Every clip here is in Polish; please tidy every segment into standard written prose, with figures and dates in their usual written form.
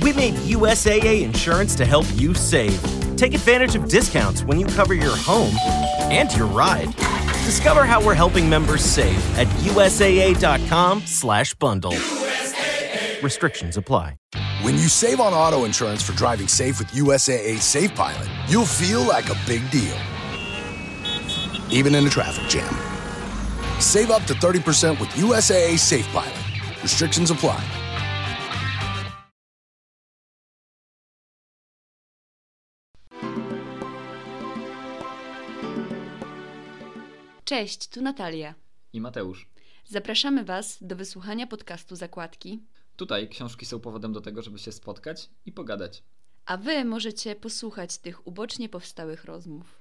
We made USAA insurance to help you save. Take advantage of discounts when you cover your home and your ride. Discover how we're helping members save at USAA.com/bundle. Restrictions apply. When you save on auto insurance for driving safe with USAA Safe Pilot, you'll feel like a big deal, even in a traffic jam. Save up to 30% with USAA Safe Pilot. Restrictions apply. Cześć, tu Natalia i Mateusz. Zapraszamy Was do wysłuchania podcastu Zakładki. Tutaj książki są powodem do tego, żeby się spotkać i pogadać. A Wy możecie posłuchać tych ubocznie powstałych rozmów.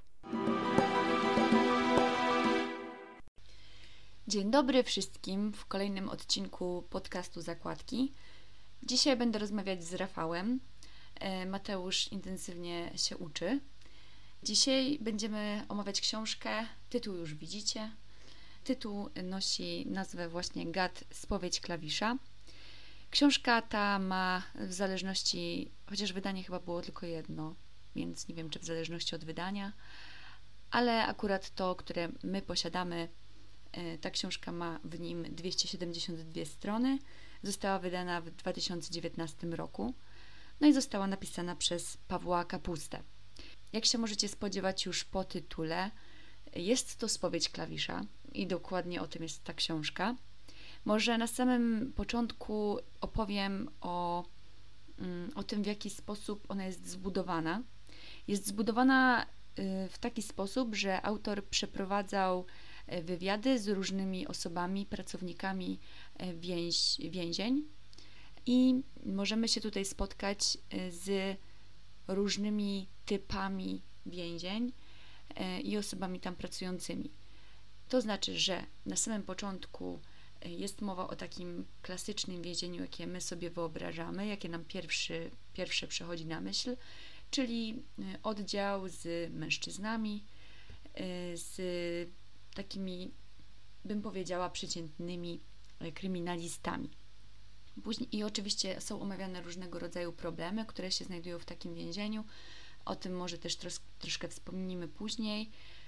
Dzień dobry wszystkim w kolejnym odcinku podcastu Zakładki. Dzisiaj będę rozmawiać z Rafałem. Mateusz intensywnie się uczy. Dzisiaj będziemy omawiać książkę, tytuł już widzicie. Tytuł nosi nazwę właśnie Gad, spowiedź klawisza. Książka ta ma w zależności, chociaż wydanie chyba było tylko jedno, więc nie wiem, czy w zależności od wydania, ale akurat to, które my posiadamy, ta książka ma w nim 272 strony. Została wydana w 2019 roku, no i została napisana przez Pawła Kapustę. Jak się możecie spodziewać już po tytule, jest to spowiedź klawisza i dokładnie o tym jest ta książka. Może na samym początku opowiem o tym, w jaki sposób ona jest zbudowana. Jest zbudowana w taki sposób, że autor przeprowadzał wywiady z różnymi osobami, pracownikami więzień i możemy się tutaj spotkać z różnymi typami więzień i osobami tam pracującymi. To znaczy, że na samym początku jest mowa o takim klasycznym więzieniu, jakie my sobie wyobrażamy, jakie nam pierwsze przychodzi na myśl, czyli oddział z mężczyznami, z takimi, bym powiedziała, przeciętnymi kryminalistami. Później, i oczywiście są omawiane różnego rodzaju problemy, które się znajdują w takim więzieniu. O tym może też troszkę wspomnimy później.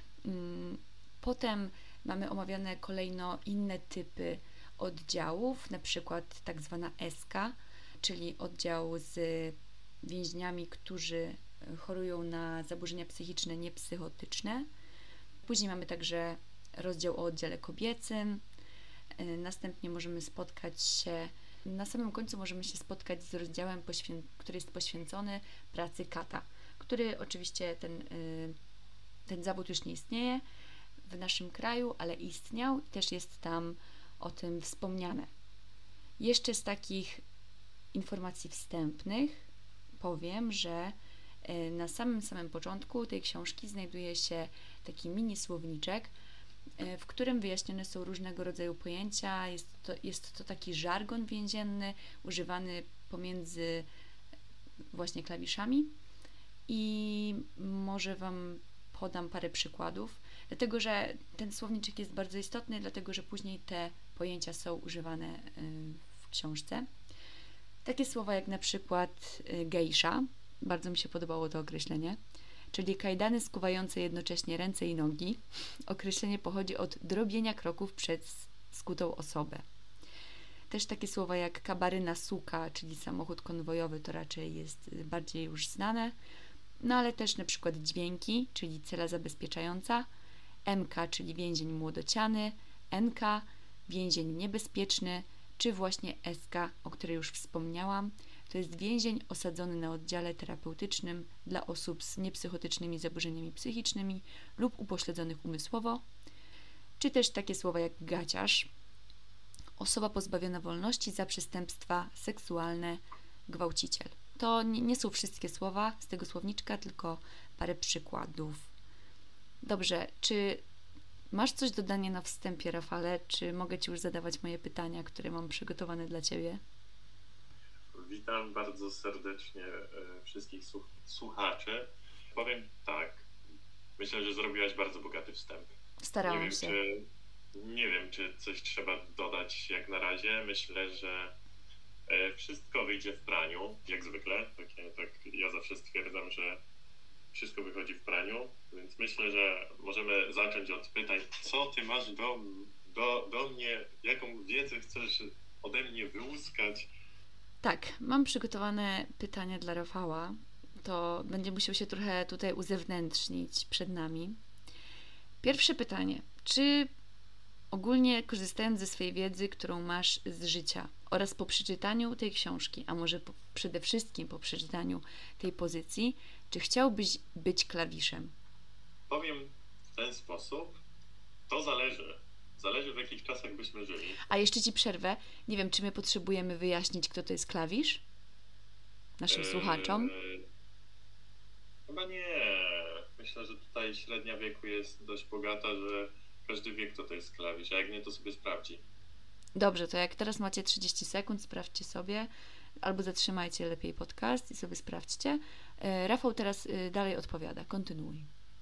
Potem mamy omawiane kolejno inne typy oddziałów, na przykład tak zwana SK, czyli oddział z więźniami, którzy chorują na zaburzenia psychiczne, niepsychotyczne. Później mamy także rozdział o oddziale kobiecym. Następnie możemy spotkać się, na samym końcu możemy się spotkać z rozdziałem, który jest poświęcony pracy kata, który oczywiście ten zawód już nie istnieje w naszym kraju, ale istniał i też jest tam o tym wspomniane. Jeszcze z takich informacji wstępnych powiem, że na samym początku tej książki znajduje się taki mini słowniczek, w którym wyjaśnione są różnego rodzaju pojęcia. Jest to taki żargon więzienny używany pomiędzy właśnie klawiszami i może Wam podam parę przykładów, dlatego że ten słowniczek jest bardzo istotny, dlatego że później te pojęcia są używane w książce. Takie słowa jak na przykład gejsza, bardzo mi się podobało to określenie, czyli kajdany skuwające jednocześnie ręce i nogi. Określenie pochodzi od drobienia kroków przez skutą osobę. Też takie słowa jak kabaryna suka, czyli samochód konwojowy, to raczej jest bardziej już znane. No ale też na przykład dźwięki, czyli cela zabezpieczająca, MK, czyli więzień młodociany, NK, więzień niebezpieczny, czy właśnie SK, o której już wspomniałam. To jest więzień osadzony na oddziale terapeutycznym dla osób z niepsychotycznymi zaburzeniami psychicznymi lub upośledzonych umysłowo, czy też takie słowa jak gaciarz, osoba pozbawiona wolności za przestępstwa seksualne, gwałciciel. To nie są wszystkie słowa z tego słowniczka, tylko parę przykładów. Dobrze, czy masz coś do dodania na wstępie, Rafale? Czy mogę Ci już zadawać moje pytania, które mam przygotowane dla Ciebie? Witam bardzo serdecznie wszystkich słuchaczy. Powiem tak, myślę, że zrobiłaś bardzo bogaty wstęp. Starałam się. Nie wiem, czy coś trzeba dodać jak na razie. Myślę, że Wszystko wyjdzie w praniu, jak zwykle. Tak ja zawsze stwierdzam, że wszystko wychodzi w praniu, więc myślę, że możemy zacząć od pytań, co ty masz do mnie, jaką wiedzę chcesz ode mnie wyłuskać? Tak, mam przygotowane pytania dla Rafała. To będzie musiał się trochę tutaj uzewnętrznić przed nami. Pierwsze pytanie. Czy ogólnie korzystając ze swojej wiedzy, którą masz z życia oraz po przeczytaniu tej książki, a może przede wszystkim po przeczytaniu tej pozycji, czy chciałbyś być klawiszem? Powiem w ten sposób, to zależy. Zależy, w jakich czasach byśmy żyli. A jeszcze Ci przerwę. Nie wiem, czy my potrzebujemy wyjaśnić, kto to jest klawisz? Naszym słuchaczom? Chyba nie. Myślę, że tutaj średnia wieku jest dość bogata, że każdy wie, kto to jest klawisz, a jak nie, to sobie sprawdzi. Dobrze, to jak teraz macie 30 sekund, sprawdźcie sobie, albo zatrzymajcie lepiej podcast i sobie sprawdźcie. Rafał teraz dalej odpowiada. Kontynuuj.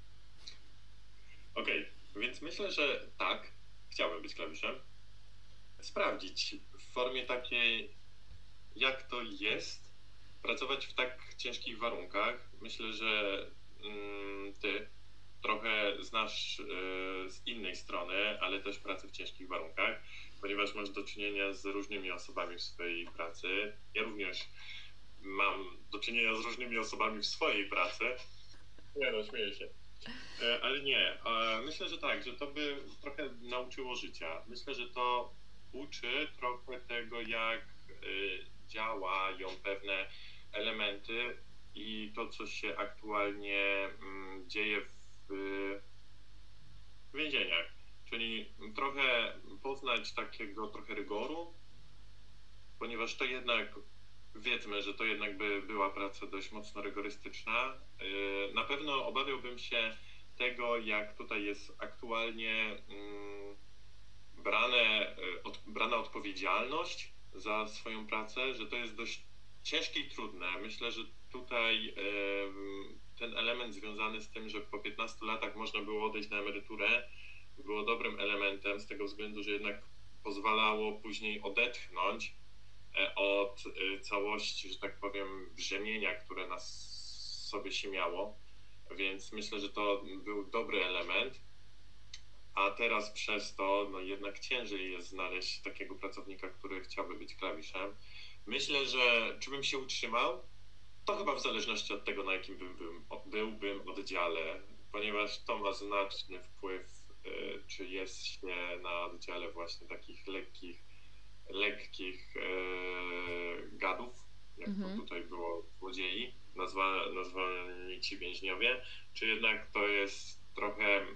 Okej, więc myślę, że tak, chciałbym być klawiszem. Sprawdzić w formie takiej, jak to jest, pracować w tak ciężkich warunkach. Myślę, że ty trochę znasz z innej strony, ale też pracy w ciężkich warunkach, ponieważ masz do czynienia z różnymi osobami w swojej pracy. Ja również mam do czynienia z różnymi osobami w swojej pracy. Nie no, śmieję się. Ale nie, myślę, że tak, że to by trochę nauczyło życia. Myślę, że to uczy trochę tego, jak działają pewne elementy i to, co się aktualnie dzieje w więzieniach. Czyli trochę poznać takiego trochę rygoru, ponieważ to jednak, wiedzmy, że to jednak by była praca dość mocno rygorystyczna. Na pewno obawiałbym się jak tutaj jest aktualnie brana odpowiedzialność za swoją pracę, że to jest dość ciężkie i trudne. Myślę, że tutaj ten element związany z tym, że po 15 latach można było odejść na emeryturę, było dobrym elementem z tego względu, że jednak pozwalało później odetchnąć od całości, że tak powiem, brzemienia, które nas sobie się miało. Więc myślę, że to był dobry element, a teraz przez to jednak ciężej jest znaleźć takiego pracownika, który chciałby być klawiszem. Myślę, że czy bym się utrzymał, to chyba w zależności od tego, na jakim byłbym oddziale, ponieważ to ma znaczny wpływ, czy jest się na oddziale właśnie takich lekkich gadów, jak to tutaj było złodziei, nazwani ci więźniowie, czy jednak to jest trochę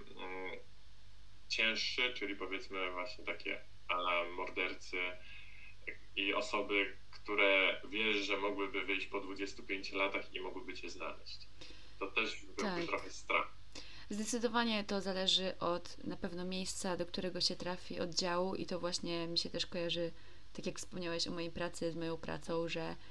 cięższy, czyli powiedzmy właśnie takie ala mordercy i osoby, które wiesz, że mogłyby wyjść po 25 latach i mogłyby cię znaleźć. To też byłby trochę strach. Zdecydowanie to zależy od na pewno miejsca, do którego się trafi, oddziału i to właśnie mi się też kojarzy, tak jak wspomniałeś o mojej pracy, z moją pracą,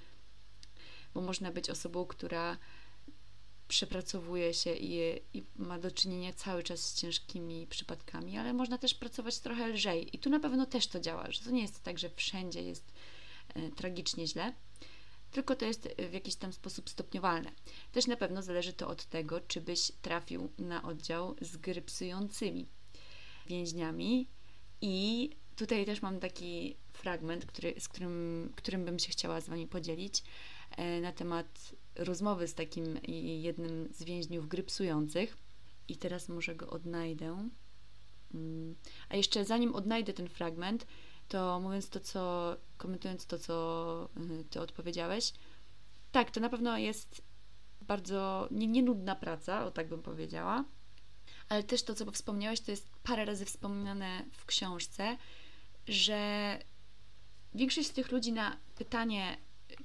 bo można być osobą, która przepracowuje się i ma do czynienia cały czas z ciężkimi przypadkami, ale można też pracować trochę lżej i tu na pewno też to działa, że to nie jest tak, że wszędzie jest tragicznie źle, tylko to jest w jakiś tam sposób stopniowalne. Też na pewno zależy to od tego, czy byś trafił na oddział z grypsującymi więźniami i tutaj też mam taki fragment, którym bym się chciała z Wami podzielić na temat rozmowy z takim jednym z więźniów grypsujących i teraz może go odnajdę. A jeszcze zanim odnajdę ten fragment, to komentując to, co Ty odpowiedziałeś, tak, to na pewno jest bardzo nie nudna praca, o tak bym powiedziała, ale też to, co wspomniałeś, to jest parę razy wspomniane w książce, że większość z tych ludzi na pytanie,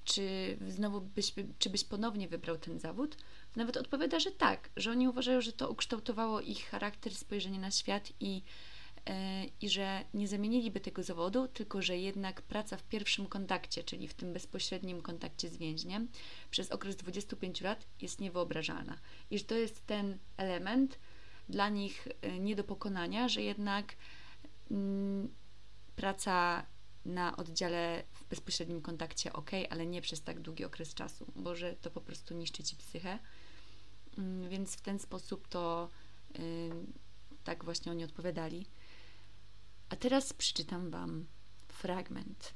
czy byś ponownie wybrał ten zawód, to nawet odpowiada, że tak, że oni uważają, że to ukształtowało ich charakter, spojrzenie na świat i że nie zamieniliby tego zawodu, tylko że jednak praca w pierwszym kontakcie, czyli w tym bezpośrednim kontakcie z więźniem przez okres 25 lat jest niewyobrażalna. I że to jest ten element dla nich nie do pokonania, że jednak praca na oddziale w bezpośrednim kontakcie ok, ale nie przez tak długi okres czasu, bo że to po prostu niszczy ci psychę. Więc w ten sposób to tak właśnie oni odpowiadali. A teraz przeczytam Wam fragment.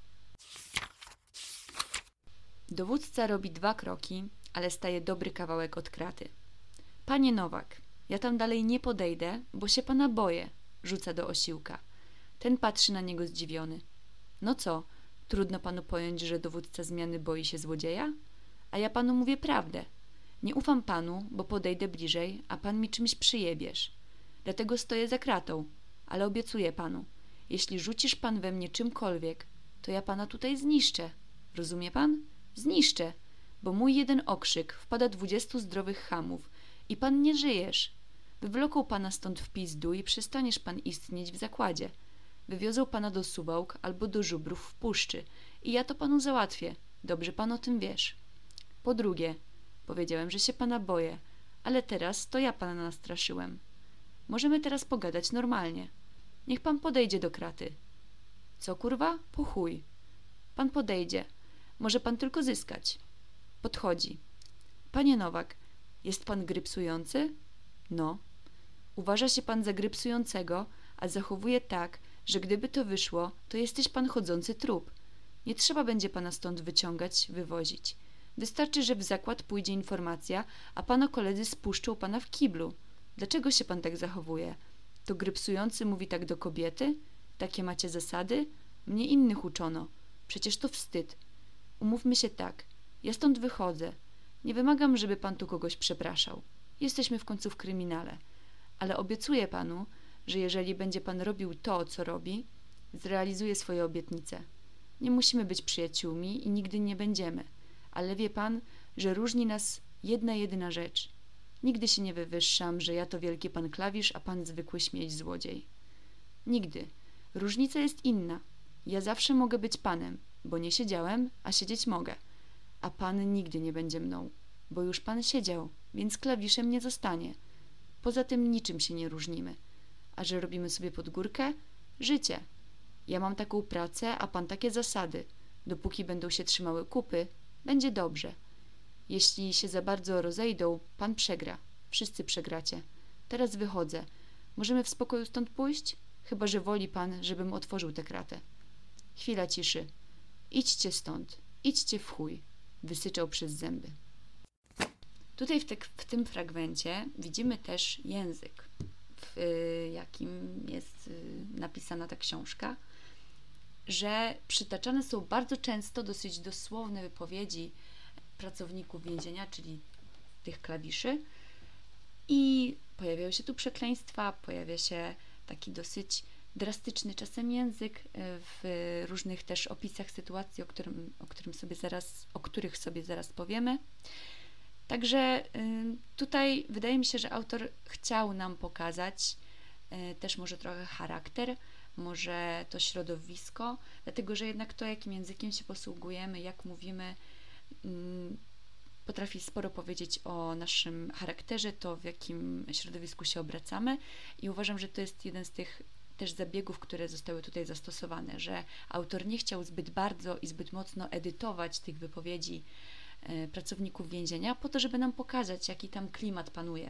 Dowódca robi 2 kroki, ale staje dobry kawałek od kraty. Panie Nowak, ja tam dalej nie podejdę, bo się pana boję, rzuca do Osiłka. Ten patrzy na niego zdziwiony. No co, trudno panu pojąć, że dowódca zmiany boi się złodzieja? A ja panu mówię prawdę. Nie ufam panu, bo podejdę bliżej, a pan mi czymś przyjebiesz. Dlatego stoję za kratą, ale obiecuję panu, jeśli rzucisz pan we mnie czymkolwiek, to ja pana tutaj zniszczę. Rozumie pan? Zniszczę, bo mój jeden okrzyk wpada 20 zdrowych chamów i pan nie żyjesz. Wywloką pana stąd w pizdu i przestaniesz pan istnieć w zakładzie. Wywiozą pana do Suwałk albo do żubrów w puszczy i ja to panu załatwię. Dobrze pan o tym wiesz. Po drugie, powiedziałem, że się pana boję, ale teraz to ja pana nastraszyłem. Możemy teraz pogadać normalnie. Niech pan podejdzie do kraty. Co kurwa? Po chuj. Pan podejdzie. Może pan tylko zyskać. Podchodzi. Panie Nowak, jest pan grypsujący? No. Uważa się pan za grypsującego, a zachowuje tak, że gdyby to wyszło, to jesteś pan chodzący trup. Nie trzeba będzie pana stąd wyciągać, wywozić. Wystarczy, że w zakład pójdzie informacja, a pana koledzy spuszczą pana w kiblu. Dlaczego się pan tak zachowuje? To grypsujący mówi tak do kobiety? Takie macie zasady? Mnie innych uczono. Przecież to wstyd. Umówmy się tak. Ja stąd wychodzę. Nie wymagam, żeby pan tu kogoś przepraszał. Jesteśmy w końcu w kryminale. Ale obiecuję panu, że jeżeli będzie pan robił to, co robi, zrealizuje swoje obietnice. Nie musimy być przyjaciółmi i nigdy nie będziemy. Ale wie pan, że różni nas jedna jedyna rzecz. Nigdy się nie wywyższam, że ja to wielki pan klawisz, a pan zwykły śmieć złodziej. Nigdy. Różnica jest inna. Ja zawsze mogę być panem, bo nie siedziałem, a siedzieć mogę. A pan nigdy nie będzie mną, bo już pan siedział, więc klawiszem nie zostanie. Poza tym niczym się nie różnimy. A że robimy sobie pod górkę? Życie. Ja mam taką pracę, a pan takie zasady. Dopóki będą się trzymały kupy, będzie dobrze. Jeśli się za bardzo rozejdą, pan przegra. Wszyscy przegracie. Teraz wychodzę. Możemy w spokoju stąd pójść? Chyba że woli pan, żebym otworzył tę kratę. Chwila ciszy. Idźcie stąd. Idźcie w chuj. Wysyczał przez zęby. Tutaj w tym fragmencie widzimy też język, w jakim jest napisana ta książka, że przytaczane są bardzo często dosyć dosłowne wypowiedzi pracowników więzienia, czyli tych klawiszy, i pojawiają się tu przekleństwa, pojawia się taki dosyć drastyczny czasem język w różnych też opisach sytuacji, o których sobie zaraz powiemy. Także tutaj wydaje mi się, że autor chciał nam pokazać też może trochę charakter, może to środowisko, dlatego że jednak to, jakim językiem się posługujemy, jak mówimy, potrafi sporo powiedzieć o naszym charakterze, to w jakim środowisku się obracamy, i uważam, że to jest jeden z tych też zabiegów, które zostały tutaj zastosowane, że autor nie chciał zbyt bardzo i zbyt mocno edytować tych wypowiedzi pracowników więzienia, po to, żeby nam pokazać, jaki tam klimat panuje.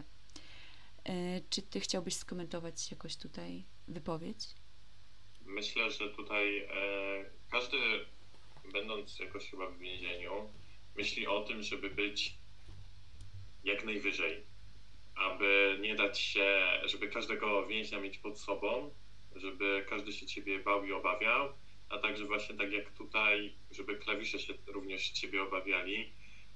Czy ty chciałbyś skomentować jakoś tutaj wypowiedź? Myślę, że tutaj każdy, będąc jakoś chyba w więzieniu, myśli o tym, żeby być jak najwyżej, aby nie dać się, żeby każdego więźnia mieć pod sobą, żeby każdy się ciebie bał i obawiał, a także właśnie tak jak tutaj, żeby klawisze się również ciebie obawiali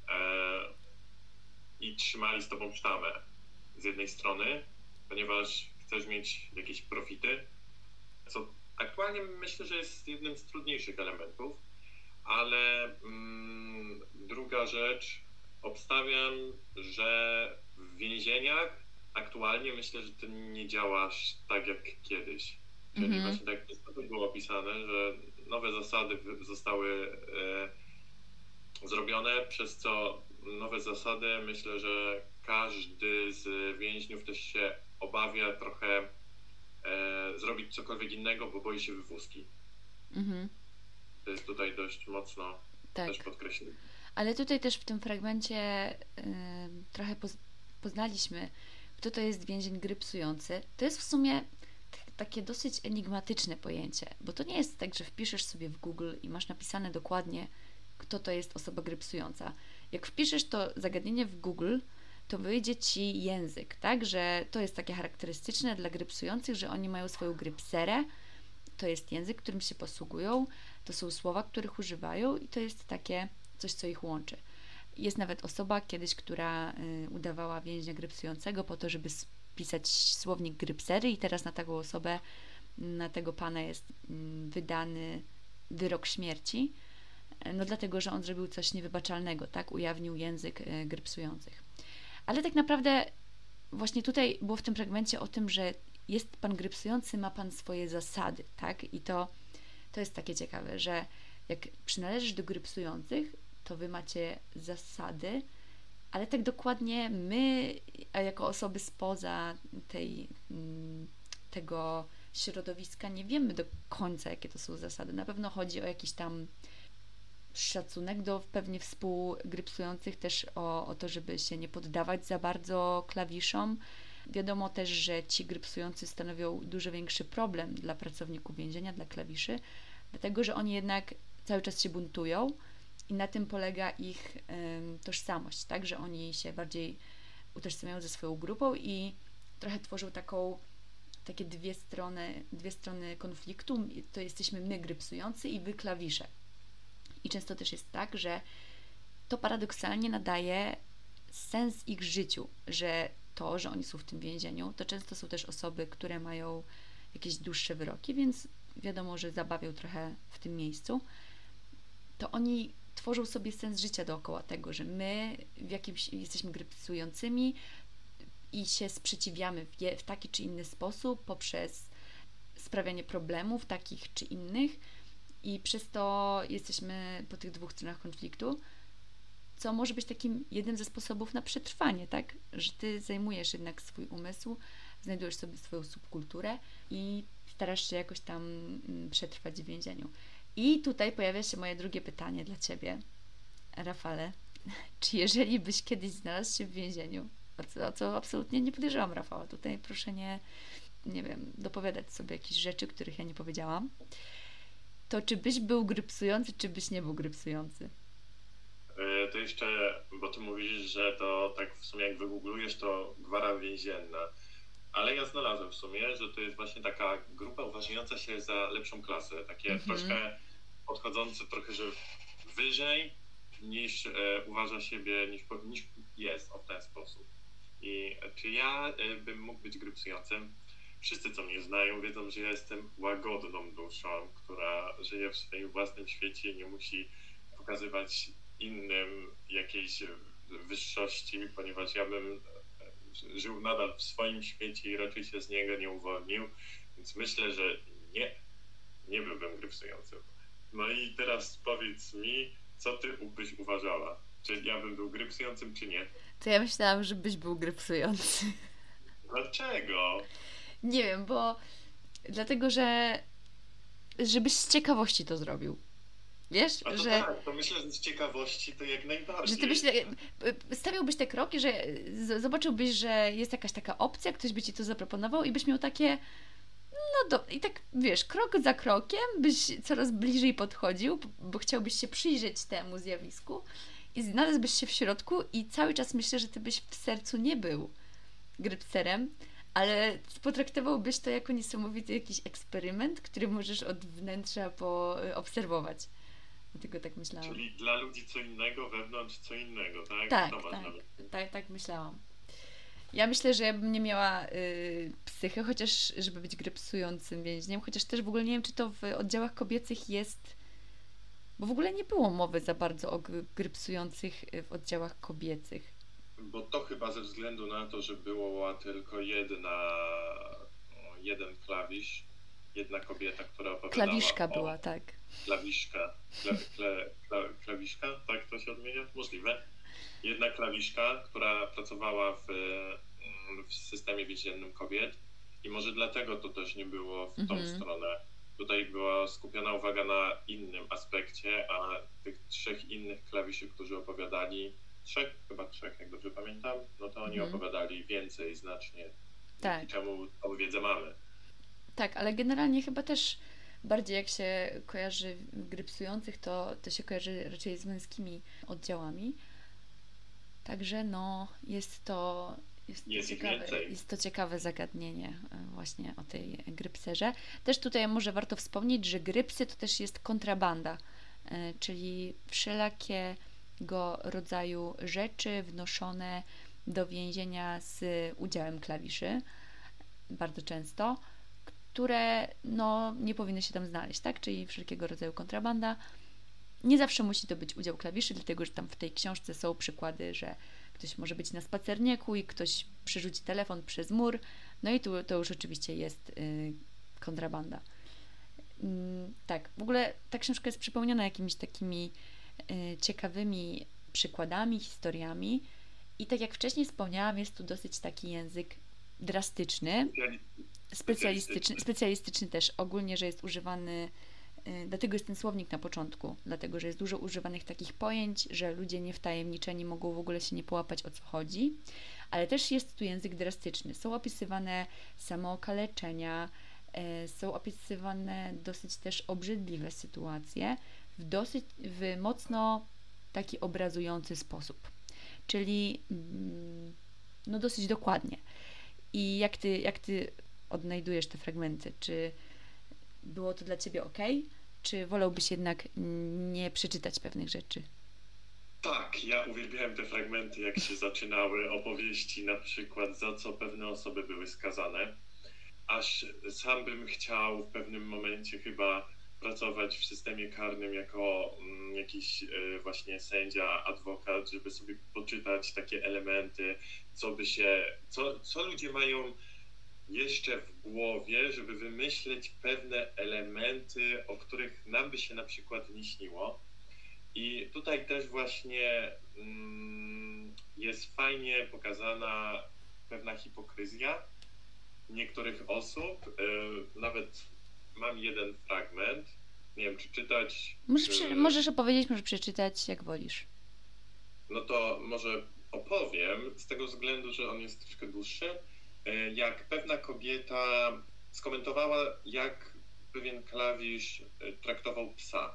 i trzymali z tobą sztamę z jednej strony, ponieważ chcesz mieć jakieś profity, co aktualnie myślę, że jest jednym z trudniejszych elementów, ale druga rzecz, obstawiam, że w więzieniach aktualnie myślę, że ty nie działasz tak jak kiedyś. Czyli właśnie tak było opisane, że nowe zasady zostały zrobione, przez co nowe zasady, myślę, że każdy z więźniów też się obawia trochę zrobić cokolwiek innego, bo boi się wywózki. To jest tutaj dość mocno też podkreślone. Ale tutaj też w tym fragmencie trochę poznaliśmy, kto to jest więzień grypsujący. To jest w sumie takie dosyć enigmatyczne pojęcie, bo to nie jest tak, że wpiszesz sobie w Google i masz napisane dokładnie, kto to jest osoba grypsująca. Jak wpiszesz to zagadnienie w Google, to wyjdzie Ci język, tak? Że to jest takie charakterystyczne dla grypsujących, że oni mają swoją grypserę, to jest język, którym się posługują, to są słowa, których używają i to jest takie coś, co ich łączy. Jest nawet osoba kiedyś, która udawała więźnia grypsującego po to, żeby spisać słownik grypsery i teraz na taką osobę, na tego pana jest wydany wyrok śmierci, no dlatego, że on zrobił coś niewybaczalnego, tak? Ujawnił język grypsujących. Ale tak naprawdę właśnie tutaj było w tym fragmencie o tym, że jest pan grypsujący, ma pan swoje zasady, tak? I to jest takie ciekawe, że jak przynależysz do grypsujących, to wy macie zasady, ale tak dokładnie my, jako osoby spoza tego środowiska, nie wiemy do końca, jakie to są zasady. Na pewno chodzi o jakiś tam szacunek do pewnie współgrypsujących, też o to, żeby się nie poddawać za bardzo klawiszom. Wiadomo też, że ci grypsujący stanowią dużo większy problem dla pracowników więzienia, dla klawiszy, dlatego, że oni jednak cały czas się buntują i na tym polega ich tożsamość, tak, że oni się bardziej utożsamiają ze swoją grupą i trochę tworzą takie dwie strony konfliktu, to jesteśmy my grypsujący i wy klawisze. I często też jest tak, że to paradoksalnie nadaje sens ich życiu, że to, że oni są w tym więzieniu, to często są też osoby, które mają jakieś dłuższe wyroki, więc wiadomo, że zabawią trochę w tym miejscu. To oni tworzą sobie sens życia dookoła tego, że my jesteśmy grypsującymi i się sprzeciwiamy w taki czy inny sposób poprzez sprawianie problemów takich czy innych i przez to jesteśmy po tych dwóch stronach konfliktu, co może być takim jednym ze sposobów na przetrwanie, tak? Że ty zajmujesz jednak swój umysł, znajdujesz sobie swoją subkulturę i starasz się jakoś tam przetrwać w więzieniu. I tutaj pojawia się moje drugie pytanie dla ciebie, Rafale. Czy jeżeli byś kiedyś znalazł się w więzieniu, o co absolutnie nie podejrzewam Rafała, tutaj proszę nie wiem, dopowiadać sobie jakieś rzeczy, których ja nie powiedziałam, to czy byś był grypsujący, czy byś nie był grypsujący? To jeszcze, bo ty mówisz, że to tak w sumie jak wygooglujesz, to gwara więzienna. Ale ja znalazłem w sumie, że to jest właśnie taka grupa uważająca się za lepszą klasę. Takie troszkę podchodzące trochę, że wyżej niż uważa siebie, niż jest w ten sposób. I czy ja bym mógł być grypsującym? Wszyscy, co mnie znają, wiedzą, że ja jestem łagodną duszą, która żyje w swoim własnym świecie i nie musi pokazywać innym jakiejś wyższości, ponieważ ja bym żył nadal w swoim świecie i raczej się z niego nie uwolnił, więc myślę, że nie byłbym grypsującym. No i teraz powiedz mi, co ty byś uważała? Czy ja bym był grypsującym, czy nie? To ja myślałam, że byś był grypsujący. Dlaczego? Nie wiem, dlatego, żebyś z ciekawości to zrobił. Wiesz, a to że... Tak, to myślę, że z ciekawości to jak najbardziej. Że ty stawiałbyś te kroki, że zobaczyłbyś, że jest jakaś taka opcja, ktoś by ci to zaproponował i byś miał takie... I tak, wiesz, krok za krokiem byś coraz bliżej podchodził, bo chciałbyś się przyjrzeć temu zjawisku i znalazłbyś się w środku i cały czas myślę, że ty byś w sercu nie był grypserem, ale potraktowałbyś to jako niesamowity jakiś eksperyment, który możesz od wnętrza poobserwować. Dlatego tak myślałam. Czyli dla ludzi co innego, wewnątrz co innego, tak? Tak myślałam. Ja myślę, że ja bym nie miała psychy, chociaż żeby być grypsującym więźniem, chociaż też w ogóle nie wiem, czy to w oddziałach kobiecych jest, bo w ogóle nie było mowy za bardzo o grypsujących w oddziałach kobiecych. Bo to chyba ze względu na to, że była tylko jeden klawisz, jedna kobieta, która opowiadała Klawiszka była, tak. Klawiszka, klawiszka, tak to się odmienia? Możliwe. Jedna klawiszka, która pracowała w systemie więziennym kobiet i może dlatego to też nie było w tą stronę tutaj była skupiona uwaga na innym aspekcie, a tych 3 innych klawiszy, którzy opowiadali, 3, jak dobrze pamiętam, no to oni opowiadali więcej znacznie, Tak. dzięki czemu tą wiedzę mamy. Tak, ale generalnie chyba też bardziej jak się kojarzy gry psujących, to się kojarzy raczej z męskimi oddziałami. Także no, jest to ciekawe zagadnienie właśnie o tej grypserze. Też tutaj może warto wspomnieć, że grypsy to też jest kontrabanda, czyli wszelakiego rodzaju rzeczy wnoszone do więzienia z udziałem klawiszy, bardzo często, które no, nie powinny się tam znaleźć, tak? Czyli wszelkiego rodzaju kontrabanda. Nie zawsze musi to być udział klawiszy, dlatego że tam w tej książce są przykłady, że ktoś może być na spacerniku i ktoś przerzuci telefon przez mur, no i tu to już oczywiście jest kontrabanda. Tak, w ogóle ta książka jest przepełniona jakimiś takimi ciekawymi przykładami, historiami i tak jak wcześniej wspomniałam, jest tu dosyć taki język drastyczny, specjalistyczny też, ogólnie, że jest używany, dlatego jest ten słownik na początku, dlatego, że jest dużo używanych takich pojęć, że ludzie niewtajemniczeni mogą w ogóle się nie połapać, o co chodzi, ale też jest tu język drastyczny. Są opisywane samookaleczenia, są opisywane dosyć też obrzydliwe sytuacje w mocno taki obrazujący sposób, czyli no dosyć dokładnie. I jak ty odnajdujesz te fragmenty? Czy było to dla ciebie ok? Czy wolałbyś jednak nie przeczytać pewnych rzeczy? Tak, ja uwielbiałem te fragmenty, jak się zaczynały opowieści, na przykład za co pewne osoby były skazane. Aż sam bym chciał w pewnym momencie chyba pracować w systemie karnym jako jakiś właśnie sędzia, adwokat, żeby sobie poczytać takie elementy, co ludzie mają jeszcze w głowie, żeby wymyśleć pewne elementy, o których nam by się na przykład nie śniło. I tutaj też właśnie jest fajnie pokazana pewna hipokryzja niektórych osób. Nawet mam jeden fragment, nie wiem czy czytać. Możesz opowiedzieć, może przeczytać, jak wolisz. No to może opowiem, z tego względu, że on jest troszkę dłuższy. Jak pewna kobieta skomentowała, jak pewien klawisz traktował psa.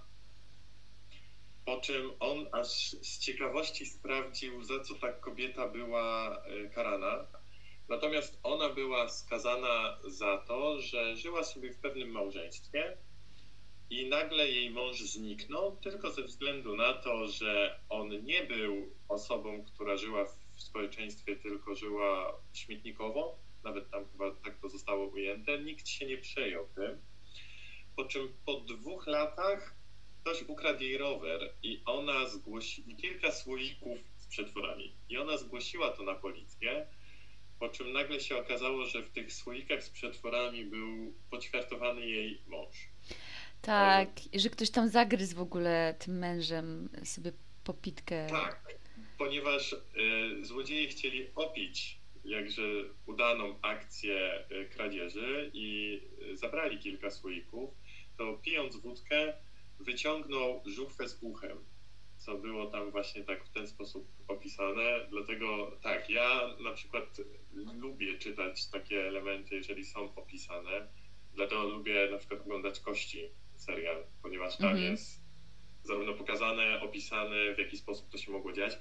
Po czym on aż z ciekawości sprawdził, za co ta kobieta była karana. Natomiast ona była skazana za to, że żyła sobie w pewnym małżeństwie i nagle jej mąż zniknął tylko ze względu na to, że on nie był osobą, która żyła w społeczeństwie, tylko żyła śmietnikowo. Nawet tam chyba tak to zostało ujęte. Nikt się nie przejął tym. Po czym po 2 latach ktoś ukradł jej rower i ona zgłosiła kilka słoików z przetworami. I ona zgłosiła to na policję, po czym nagle się okazało, że w tych słoikach z przetworami był poćwiartowany jej mąż. Tak, że ktoś tam zagryzł w ogóle tym mężem sobie popitkę. Tak, ponieważ złodzieje chcieli opić jakże udaną akcję kradzieży i zabrali kilka słoików, to pijąc wódkę wyciągnął żuchwę z uchem, co było tam właśnie tak w ten sposób opisane. Dlatego tak, ja na przykład lubię czytać takie elementy, jeżeli są opisane. Dlatego lubię na przykład oglądać Kości serial, ponieważ tam jest zarówno pokazane, opisane, w jaki sposób to się mogło dziać.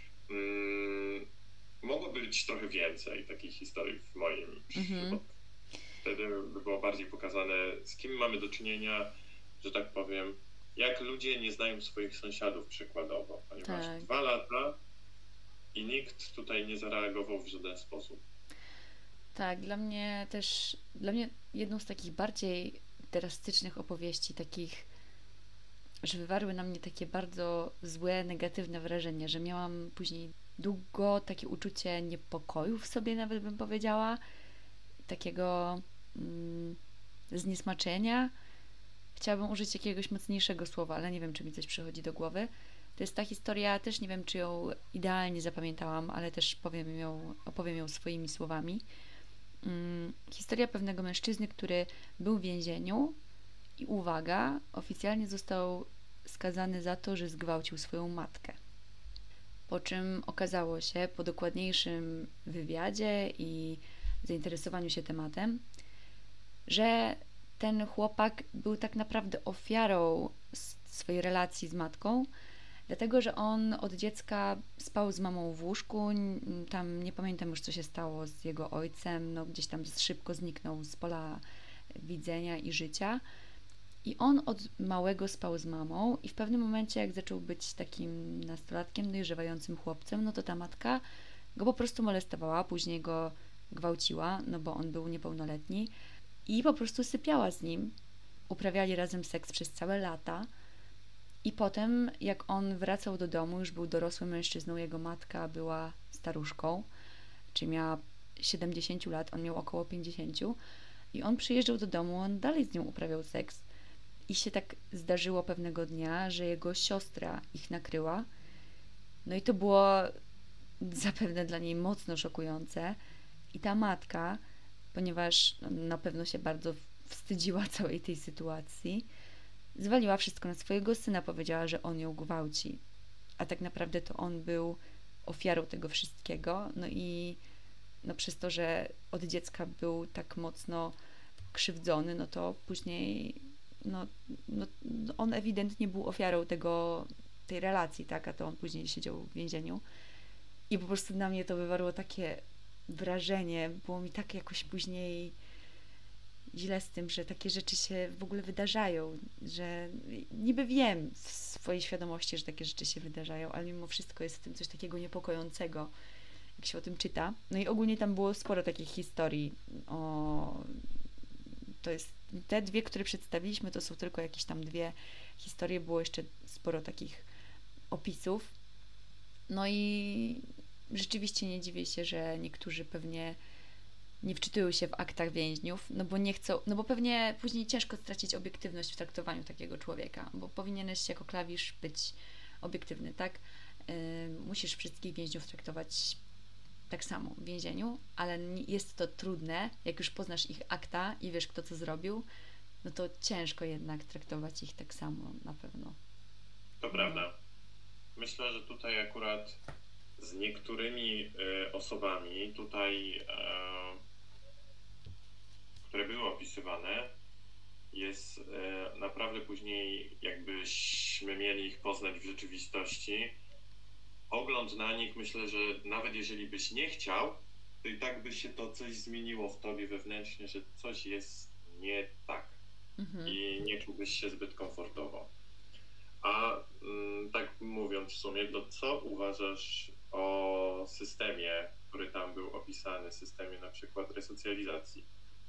Mogło być trochę więcej takich historii w moim przypadku. Wtedy by było bardziej pokazane, z kim mamy do czynienia, że tak powiem, jak ludzie nie znają swoich sąsiadów przykładowo, ponieważ 2 lata i nikt tutaj nie zareagował w żaden sposób. Tak, dla mnie jedną z takich bardziej drastycznych opowieści, takich, że wywarły na mnie takie bardzo złe, negatywne wrażenie, że miałam później długo takie uczucie niepokoju w sobie, nawet bym powiedziała, takiego zniesmaczenia. Chciałabym użyć jakiegoś mocniejszego słowa, ale nie wiem, czy mi coś przychodzi do głowy. To jest ta historia, też nie wiem, czy ją idealnie zapamiętałam, ale też opowiem ją swoimi słowami. Historia pewnego mężczyzny, który był w więzieniu I uwaga, oficjalnie został skazany za to, że zgwałcił swoją matkę. Po czym okazało się po dokładniejszym wywiadzie i zainteresowaniu się tematem, że ten chłopak był tak naprawdę ofiarą swojej relacji z matką, dlatego, że on od dziecka spał z mamą w łóżku, tam nie pamiętam już, co się stało z jego ojcem, no gdzieś tam szybko zniknął z pola widzenia i życia. I on od małego spał z mamą i w pewnym momencie, jak zaczął być takim nastolatkiem, dojrzewającym chłopcem, no to ta matka go po prostu molestowała, później go gwałciła, no bo on był niepełnoletni i po prostu sypiała z nim. Uprawiali razem seks przez całe lata i potem, jak on wracał do domu, już był dorosłym mężczyzną, jego matka była staruszką, czyli miała 70 lat, on miał około 50 i on przyjeżdżał do domu, on dalej z nią uprawiał seks. I się tak zdarzyło pewnego dnia, że jego siostra ich nakryła. No i to było zapewne dla niej mocno szokujące. I ta matka, ponieważ na pewno się bardzo wstydziła całej tej sytuacji, zwaliła wszystko na swojego syna, powiedziała, że on ją gwałci. A tak naprawdę to on był ofiarą tego wszystkiego. No i przez to, że od dziecka był tak mocno krzywdzony, no to później on ewidentnie był ofiarą tej relacji, tak, a to on później siedział w więzieniu i po prostu na mnie to wywarło takie wrażenie, było mi tak jakoś później źle z tym, że takie rzeczy się w ogóle wydarzają, że niby wiem w swojej świadomości, że takie rzeczy się wydarzają, ale mimo wszystko jest w tym coś takiego niepokojącego, jak się o tym czyta. No i ogólnie tam było sporo takich historii to jest te dwie, które przedstawiliśmy, to są tylko jakieś tam dwie historie, było jeszcze sporo takich opisów. No i rzeczywiście nie dziwię się, że niektórzy pewnie nie wczytują się w aktach więźniów, no bo nie chcą, no bo pewnie później ciężko stracić obiektywność w traktowaniu takiego człowieka, bo powinieneś jako klawisz być obiektywny, tak? Musisz wszystkich więźniów traktować tak samo w więzieniu, ale jest to trudne, jak już poznasz ich akta i wiesz, kto co zrobił, no to ciężko jednak traktować ich tak samo, na pewno. To prawda. Myślę, że tutaj akurat z niektórymi osobami tutaj, które były opisywane, jest naprawdę później, jakbyśmy mieli ich poznać w rzeczywistości, ogląd na nich, myślę, że nawet jeżeli byś nie chciał, to i tak by się to coś zmieniło w tobie wewnętrznie, że coś jest nie tak i nie czułbyś się zbyt komfortowo. A tak mówiąc w sumie, to co uważasz o systemie, który tam był opisany, systemie na przykład resocjalizacji?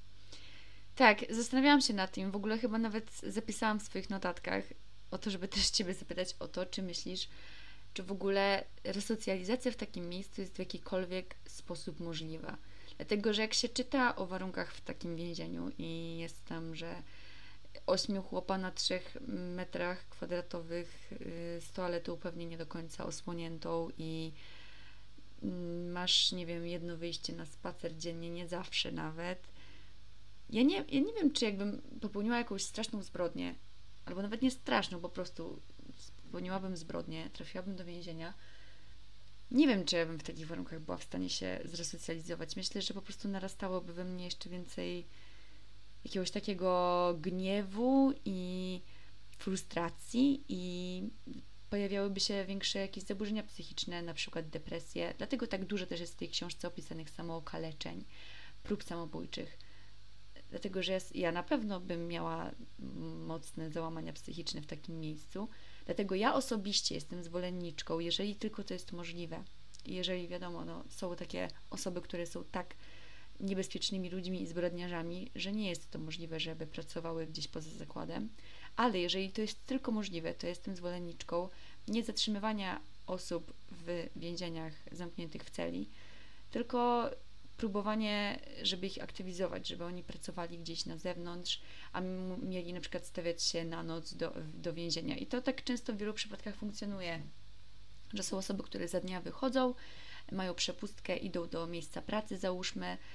Tak, zastanawiałam się nad tym, w ogóle chyba nawet zapisałam w swoich notatkach o to, żeby też Ciebie zapytać o to, czy myślisz, czy w ogóle resocjalizacja w takim miejscu jest w jakikolwiek sposób możliwa. Dlatego, że jak się czyta o warunkach w takim więzieniu i jest tam, że 8 chłopa na 3 metrach kwadratowych z toaletą pewnie nie do końca osłoniętą i masz, nie wiem, jedno wyjście na spacer dziennie, nie zawsze nawet. Ja nie wiem, czy jakbym popełniła jakąś straszną zbrodnię, albo nawet nie straszną, po prostu popełniłabym zbrodnię, trafiłabym do więzienia. Nie wiem, czy ja bym w takich warunkach była w stanie się zresocjalizować. Myślę, że po prostu narastałoby we mnie jeszcze więcej jakiegoś takiego gniewu i frustracji i pojawiałyby się większe jakieś zaburzenia psychiczne, na przykład depresje. Dlatego tak dużo też jest w tej książce opisanych samookaleczeń, prób samobójczych. Dlatego, że ja na pewno bym miała mocne załamania psychiczne w takim miejscu. Dlatego ja osobiście jestem zwolenniczką, jeżeli tylko to jest możliwe. I jeżeli wiadomo, są takie osoby, które są tak niebezpiecznymi ludźmi i zbrodniarzami, że nie jest to możliwe, żeby pracowały gdzieś poza zakładem. Ale jeżeli to jest tylko możliwe, to jestem zwolenniczką nie zatrzymywania osób w więzieniach zamkniętych w celi, tylko próbowanie, żeby ich aktywizować, żeby oni pracowali gdzieś na zewnątrz, a mieli na przykład stawiać się na noc do więzienia. I to tak często w wielu przypadkach funkcjonuje, że są osoby, które za dnia wychodzą, mają przepustkę, idą do miejsca pracy, załóżmy,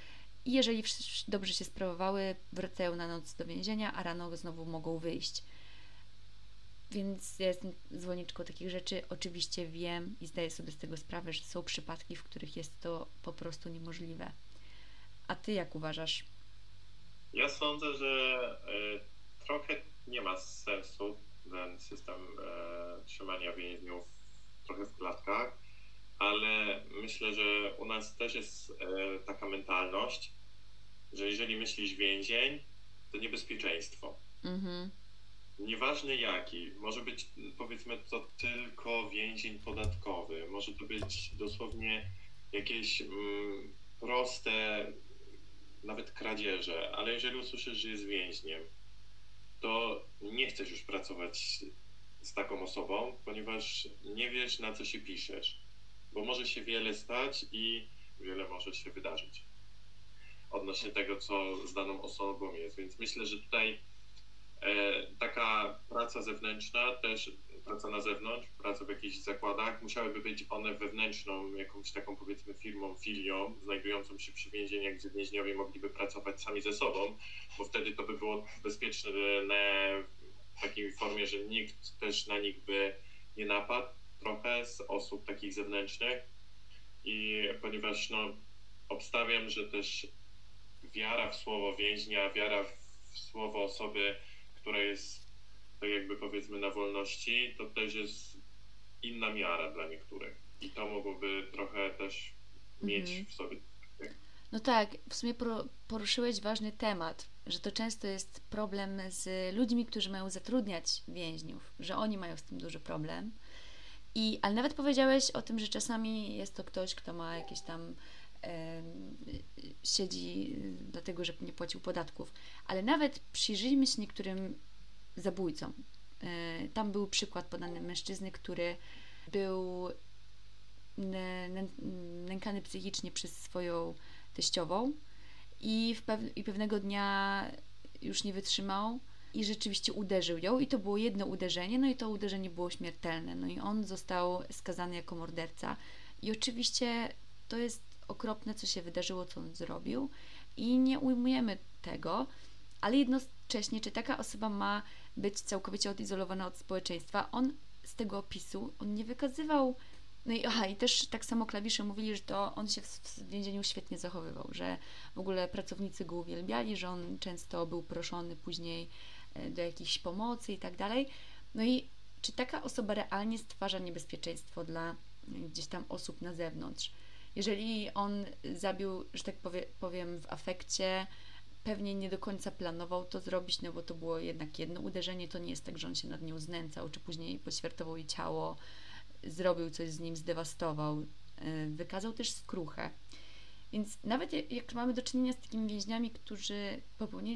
i jeżeli dobrze się sprawowały, wracają na noc do więzienia, a rano znowu mogą wyjść. Więc ja jestem zwolenniczką takich rzeczy. Oczywiście wiem i zdaję sobie z tego sprawę, że są przypadki, w których jest to po prostu niemożliwe. A ty jak uważasz? Ja sądzę, że trochę nie ma sensu ten system trzymania więźniów trochę w klatkach, ale myślę, że u nas też jest taka mentalność, że jeżeli myślisz więzień, to niebezpieczeństwo. Nieważne jaki, może być powiedzmy to tylko więzień podatkowy, może to być dosłownie jakieś proste nawet kradzieże, ale jeżeli usłyszysz, że jest więźniem, to nie chcesz już pracować z taką osobą, ponieważ nie wiesz, na co się piszesz, bo może się wiele stać i wiele może się wydarzyć odnośnie tego, co z daną osobą jest, więc myślę, że tutaj taka praca zewnętrzna, też praca na zewnątrz, praca w jakichś zakładach, musiałyby być one wewnętrzną, jakąś taką powiedzmy firmą, filią, znajdującą się przy więzieniach, gdzie więźniowie mogliby pracować sami ze sobą, bo wtedy to by było bezpieczne w takiej formie, że nikt też na nich by nie napadł trochę z osób takich zewnętrznych i ponieważ obstawiam, że też wiara w słowo więźnia, wiara w słowo osoby, która jest tak jakby powiedzmy na wolności, to też jest inna miara dla niektórych i to mogłoby trochę też mieć w sobie. No tak, w sumie poruszyłeś ważny temat, że to często jest problem z ludźmi, którzy mają zatrudniać więźniów, że oni mają z tym duży problem. Ale nawet powiedziałeś o tym, że czasami jest to ktoś, kto ma jakieś tam siedzi dlatego, że nie płacił podatków. Ale nawet przyjrzyjmy się niektórym zabójcom. Tam był przykład podany mężczyzny, który był nękany psychicznie przez swoją teściową i pewnego dnia już nie wytrzymał i rzeczywiście uderzył ją i to było jedno uderzenie, no i to uderzenie było śmiertelne. No i on został skazany jako morderca i oczywiście to jest okropne, co się wydarzyło, co on zrobił i nie ujmujemy tego, ale jednocześnie, czy taka osoba ma być całkowicie odizolowana od społeczeństwa? On z tego opisu, on nie wykazywał, no i też tak samo klawisze mówili, że to on się w więzieniu świetnie zachowywał, że w ogóle pracownicy go uwielbiali, że on często był proszony później do jakiejś pomocy i tak dalej. No i czy taka osoba realnie stwarza niebezpieczeństwo dla gdzieś tam osób na zewnątrz? Jeżeli on zabił, że tak powiem, w afekcie, pewnie nie do końca planował to zrobić, no bo to było jednak jedno uderzenie, to nie jest tak, że on się nad nią znęcał, czy później poćwiartował jej ciało, zrobił coś z nim, zdewastował, wykazał też skruchę. Więc nawet jak mamy do czynienia z takimi więźniami, którzy popełnili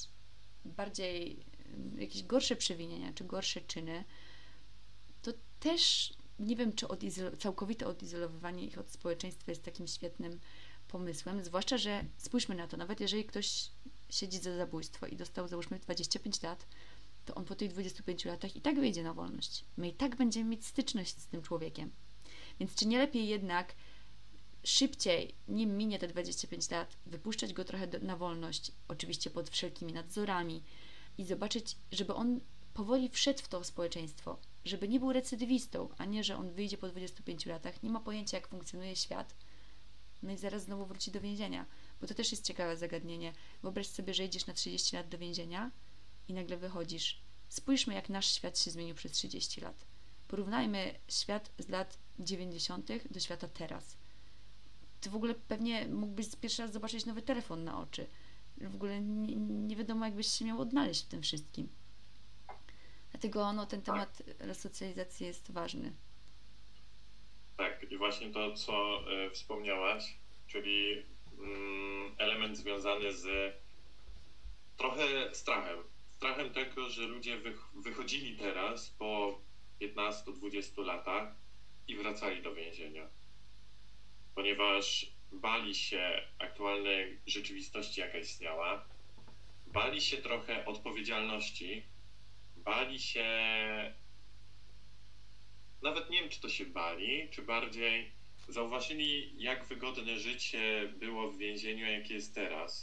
jakieś gorsze przewinienia, czy gorsze czyny, to też nie wiem, czy całkowite odizolowywanie ich od społeczeństwa jest takim świetnym pomysłem, zwłaszcza, że spójrzmy na to, nawet jeżeli ktoś siedzi za zabójstwo i dostał załóżmy 25 lat, to on po tych 25 latach i tak wyjdzie na wolność. My i tak będziemy mieć styczność z tym człowiekiem. Więc czy nie lepiej jednak szybciej, nim minie te 25 lat, wypuszczać go trochę na wolność, oczywiście pod wszelkimi nadzorami i zobaczyć, żeby on powoli wszedł w to społeczeństwo, żeby nie był recydywistą, a nie, że on wyjdzie po 25 latach, nie ma pojęcia, jak funkcjonuje świat, no i zaraz znowu wróci do więzienia, bo to też jest ciekawe zagadnienie. Wyobraź sobie, że idziesz na 30 lat do więzienia i nagle wychodzisz. Spójrzmy, jak nasz świat się zmienił przez 30 lat. Porównajmy świat z lat 90. do świata teraz. Ty w ogóle pewnie mógłbyś pierwszy raz zobaczyć nowy telefon na oczy. W ogóle nie wiadomo, jakbyś się miał odnaleźć w tym wszystkim. Dlatego ten temat resocjalizacji jest ważny. Tak, i właśnie to, co wspomniałaś, czyli element związany z trochę strachem. Strachem tego, że ludzie wychodzili teraz po 15-20 latach i wracali do więzienia. Ponieważ bali się aktualnej rzeczywistości, jaka istniała, bali się trochę odpowiedzialności, bali się, nawet nie wiem, czy to się bali, czy bardziej zauważyli, jak wygodne życie było w więzieniu, a jakie jest teraz.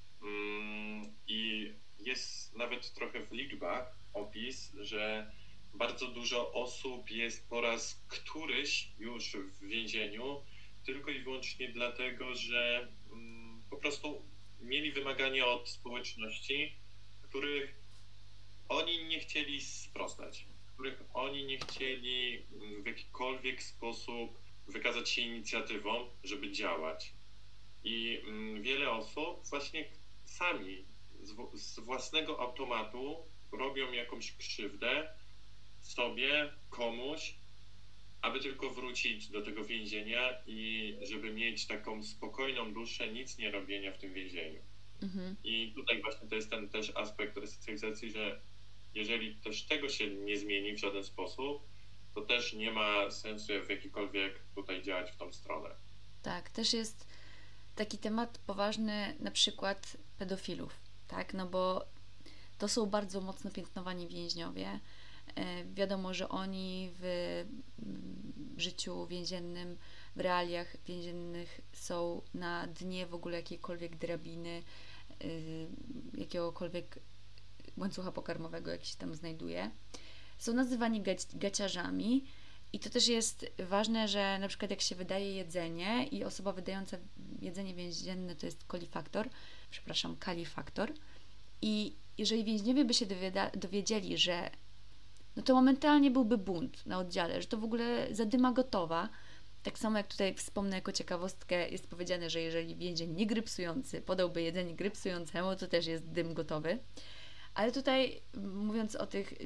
I jest nawet trochę w liczbach opis, że bardzo dużo osób jest po raz któryś już w więzieniu, tylko i wyłącznie dlatego, że po prostu mieli wymagania od społeczności, których oni nie chcieli sprostać, których oni nie chcieli w jakikolwiek sposób wykazać się inicjatywą, żeby działać. I wiele osób właśnie sami z własnego automatu robią jakąś krzywdę sobie, komuś, aby tylko wrócić do tego więzienia i żeby mieć taką spokojną duszę, nic nie robienia w tym więzieniu. I tutaj właśnie to jest ten też aspekt resocjalizacji, że jeżeli też tego się nie zmieni w żaden sposób, to też nie ma sensu w jakikolwiek tutaj działać w tą stronę. Tak, też jest taki temat poważny, na przykład pedofilów, tak, no bo to są bardzo mocno piętnowani więźniowie. Wiadomo, że oni w życiu więziennym, w realiach więziennych są na dnie w ogóle jakiejkolwiek drabiny, jakiegokolwiek łańcucha pokarmowego, jaki się tam znajduje. Są nazywani gaciarzami i to też jest ważne, że na przykład jak się wydaje jedzenie i osoba wydająca jedzenie więzienne to jest kalifaktor i jeżeli więźniowie by się dowiedzieli, że no to momentalnie byłby bunt na oddziale, że to w ogóle zadyma gotowa. Tak samo jak tutaj wspomnę jako ciekawostkę, jest powiedziane, że jeżeli więzień niegrypsujący podałby jedzenie grypsującemu, to też jest dym gotowy. Ale tutaj mówiąc o tych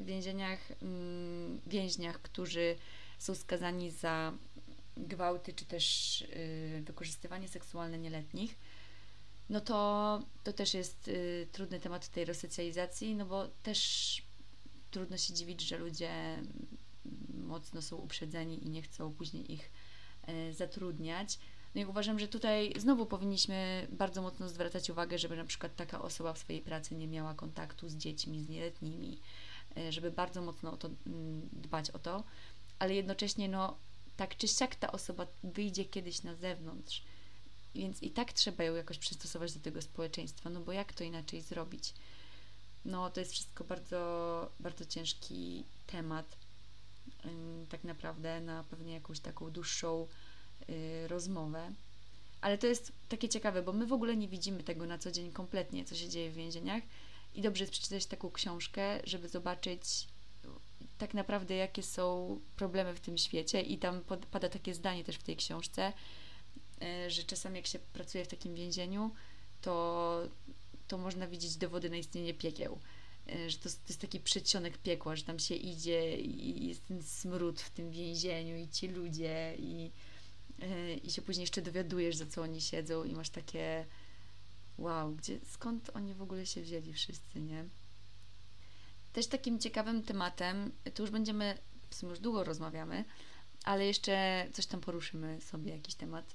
więźniach, którzy są skazani za gwałty czy też wykorzystywanie seksualne nieletnich, no to też jest trudny temat tej resocjalizacji, no bo też trudno się dziwić, że ludzie mocno są uprzedzeni i nie chcą później ich zatrudniać. No i uważam, że tutaj znowu powinniśmy bardzo mocno zwracać uwagę, żeby na przykład taka osoba w swojej pracy nie miała kontaktu z dziećmi, z nieletnimi, żeby bardzo mocno dbać o to, ale jednocześnie tak czy siak ta osoba wyjdzie kiedyś na zewnątrz, więc i tak trzeba ją jakoś przystosować do tego społeczeństwa, no bo jak to inaczej zrobić? No to jest wszystko bardzo, bardzo ciężki temat, tak naprawdę na pewnie jakąś taką dłuższą rozmowę, ale to jest takie ciekawe, bo my w ogóle nie widzimy tego na co dzień kompletnie, co się dzieje w więzieniach i dobrze jest przeczytać taką książkę, żeby zobaczyć tak naprawdę jakie są problemy w tym świecie i tam pada takie zdanie też w tej książce, że czasami jak się pracuje w takim więzieniu, to można widzieć dowody na istnienie piekieł, że to jest taki przedsionek piekła, że tam się idzie i jest ten smród w tym więzieniu i ci ludzie i się później jeszcze dowiadujesz, za co oni siedzą i masz takie wow, skąd oni w ogóle się wzięli wszyscy, nie? Też takim ciekawym tematem, tu już będziemy, w sumie już długo rozmawiamy, ale jeszcze coś tam poruszymy sobie, jakiś temat.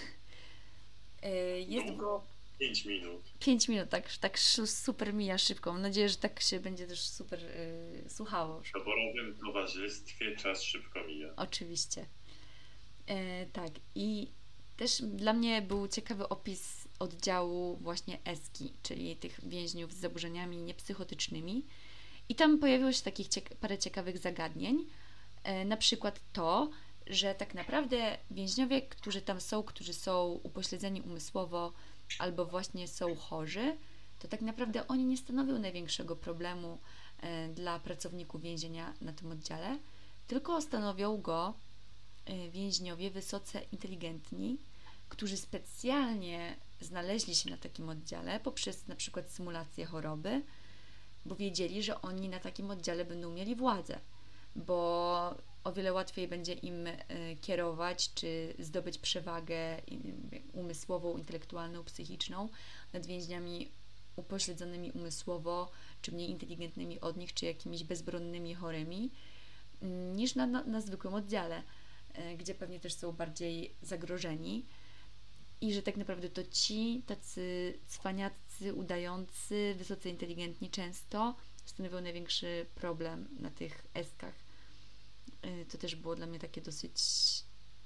Jest go 5 minut. 5 minut, tak super mija szybko. Mam nadzieję, że tak się będzie też super słuchało. W doborowym towarzystwie czas szybko mija. Oczywiście. Tak. I też dla mnie był ciekawy opis oddziału właśnie ESKI, czyli tych więźniów z zaburzeniami niepsychotycznymi. I tam pojawiło się takich parę ciekawych zagadnień. Na przykład to, że tak naprawdę więźniowie, którzy tam są, którzy są upośledzeni umysłowo albo właśnie są chorzy, to tak naprawdę oni nie stanowią największego problemu dla pracowników więzienia na tym oddziale, tylko stanowią go więźniowie wysoce inteligentni, którzy specjalnie znaleźli się na takim oddziale poprzez na przykład symulację choroby, bo wiedzieli, że oni na takim oddziale będą mieli władzę, bo o wiele łatwiej będzie im kierować, czy zdobyć przewagę umysłową, intelektualną, psychiczną nad więźniami upośledzonymi umysłowo, czy mniej inteligentnymi od nich, czy jakimiś bezbronnymi chorymi, niż na zwykłym oddziale, gdzie pewnie też są bardziej zagrożeni. I że tak naprawdę to ci tacy cwaniacy, udający, wysoce inteligentni często stanowią największy problem na tych eskach. To też było dla mnie takie dosyć